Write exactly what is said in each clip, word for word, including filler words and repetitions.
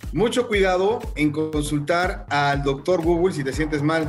Mucho cuidado en consultar al doctor Google si te sientes mal.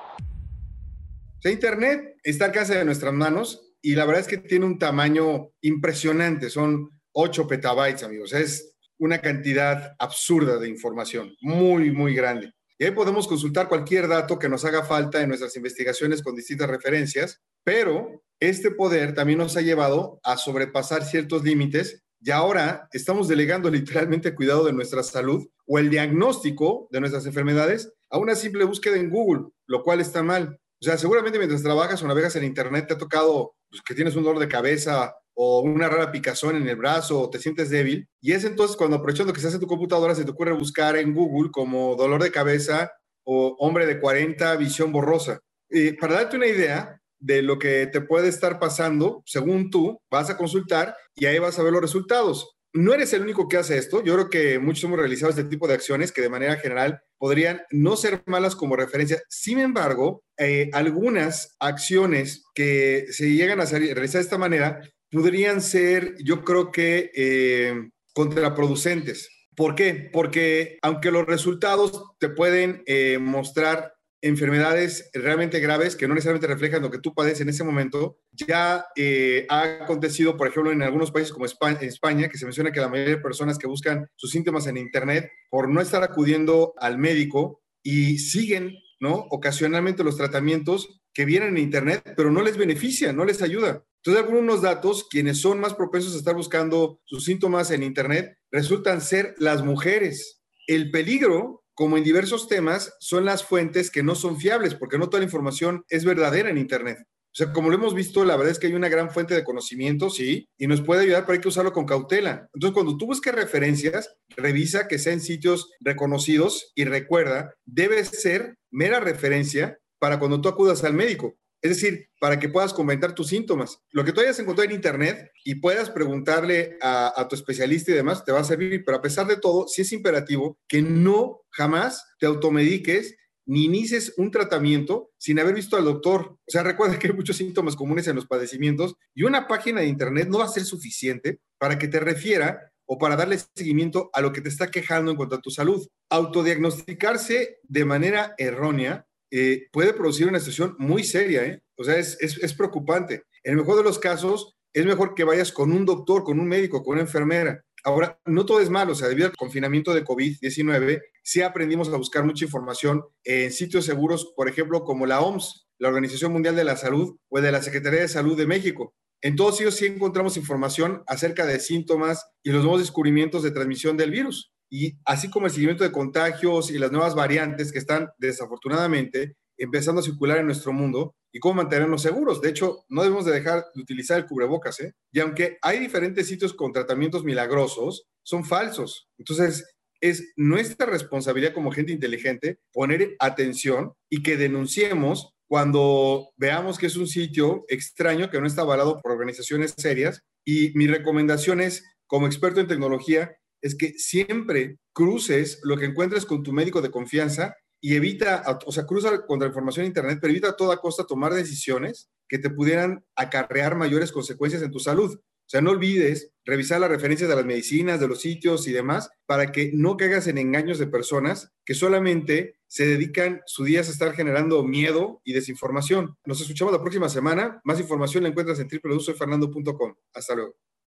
O sea, Internet está al alcance de nuestras manos y la verdad es que tiene un tamaño impresionante. Son ocho petabytes, amigos. Es una cantidad absurda de información, muy, muy grande. Y ahí podemos consultar cualquier dato que nos haga falta en nuestras investigaciones con distintas referencias, pero este poder también nos ha llevado a sobrepasar ciertos límites y ahora estamos delegando literalmente el cuidado de nuestra salud o el diagnóstico de nuestras enfermedades a una simple búsqueda en Google, lo cual está mal. O sea, seguramente mientras trabajas o navegas en Internet te ha tocado pues, que tienes un dolor de cabeza o una rara picazón en el brazo o te sientes débil. Y es entonces cuando, aprovechando que estás en tu computadora, se te ocurre buscar en Google como dolor de cabeza o hombre de cuarenta, visión borrosa. Eh, para darte una idea de lo que te puede estar pasando, según tú, vas a consultar y ahí vas a ver los resultados. No eres el único que hace esto. Yo creo que muchos hemos realizado este tipo de acciones que de manera general podrían no ser malas como referencia. Sin embargo, eh, algunas acciones que se llegan a hacer, realizar de esta manera podrían ser, yo creo que, eh, contraproducentes. ¿Por qué? Porque aunque los resultados te pueden eh, mostrar enfermedades realmente graves que no necesariamente reflejan lo que tú padeces en ese momento, ya eh, ha acontecido, por ejemplo, en algunos países como España, España, que se menciona que la mayoría de personas que buscan sus síntomas en Internet por no estar acudiendo al médico y siguen, ¿no?, ocasionalmente los tratamientos que vienen en Internet, pero no les beneficia, no les ayuda. Entonces, algunos datos, quienes son más propensos a estar buscando sus síntomas en Internet, resultan ser las mujeres. El peligro, como en diversos temas, son las fuentes que no son fiables, porque no toda la información es verdadera en Internet. O sea, como lo hemos visto, la verdad es que hay una gran fuente de conocimiento, sí, y nos puede ayudar, pero hay que usarlo con cautela. Entonces, cuando tú busques referencias, revisa que sean sitios reconocidos y recuerda, debe ser mera referencia para cuando tú acudas al médico. Es decir, para que puedas comentar tus síntomas. Lo que tú hayas encontrado en Internet y puedas preguntarle a, a tu especialista y demás, te va a servir. Pero a pesar de todo, sí es imperativo que no jamás te automediques ni inicies un tratamiento sin haber visto al doctor. O sea, recuerda que hay muchos síntomas comunes en los padecimientos y una página de Internet no va a ser suficiente para que te refiera o para darle seguimiento a lo que te está quejando en cuanto a tu salud. Autodiagnosticarse de manera errónea Eh, puede producir una situación muy seria, ¿eh? O sea, es, es, es preocupante. En el mejor de los casos, es mejor que vayas con un doctor, con un médico, con una enfermera. Ahora, no todo es malo, o sea, debido al confinamiento de COVID diecinueve, sí aprendimos a buscar mucha información en sitios seguros, por ejemplo, como la O M S, la Organización Mundial de la Salud, o de la Secretaría de Salud de México. En todos ellos sí encontramos información acerca de síntomas y los nuevos descubrimientos de transmisión del virus. Y así como el seguimiento de contagios y las nuevas variantes que están desafortunadamente empezando a circular en nuestro mundo y cómo mantenernos seguros. De hecho, no debemos de dejar de utilizar el cubrebocas, ¿eh? Y aunque hay diferentes sitios con tratamientos milagrosos, son falsos. Entonces, es nuestra responsabilidad como gente inteligente poner atención y que denunciemos cuando veamos que es un sitio extraño que no está avalado por organizaciones serias. Y mi recomendación es, como experto en tecnología, es que siempre cruces lo que encuentres con tu médico de confianza y evita, o sea, cruza contra la información en Internet, pero evita a toda costa tomar decisiones que te pudieran acarrear mayores consecuencias en tu salud. O sea, no olvides revisar las referencias de las medicinas, de los sitios y demás, para que no caigas en engaños de personas que solamente se dedican su día a estar generando miedo y desinformación. Nos escuchamos la próxima semana. Más información la encuentras en doble u doble u doble u punto soy fernando punto com. Hasta luego.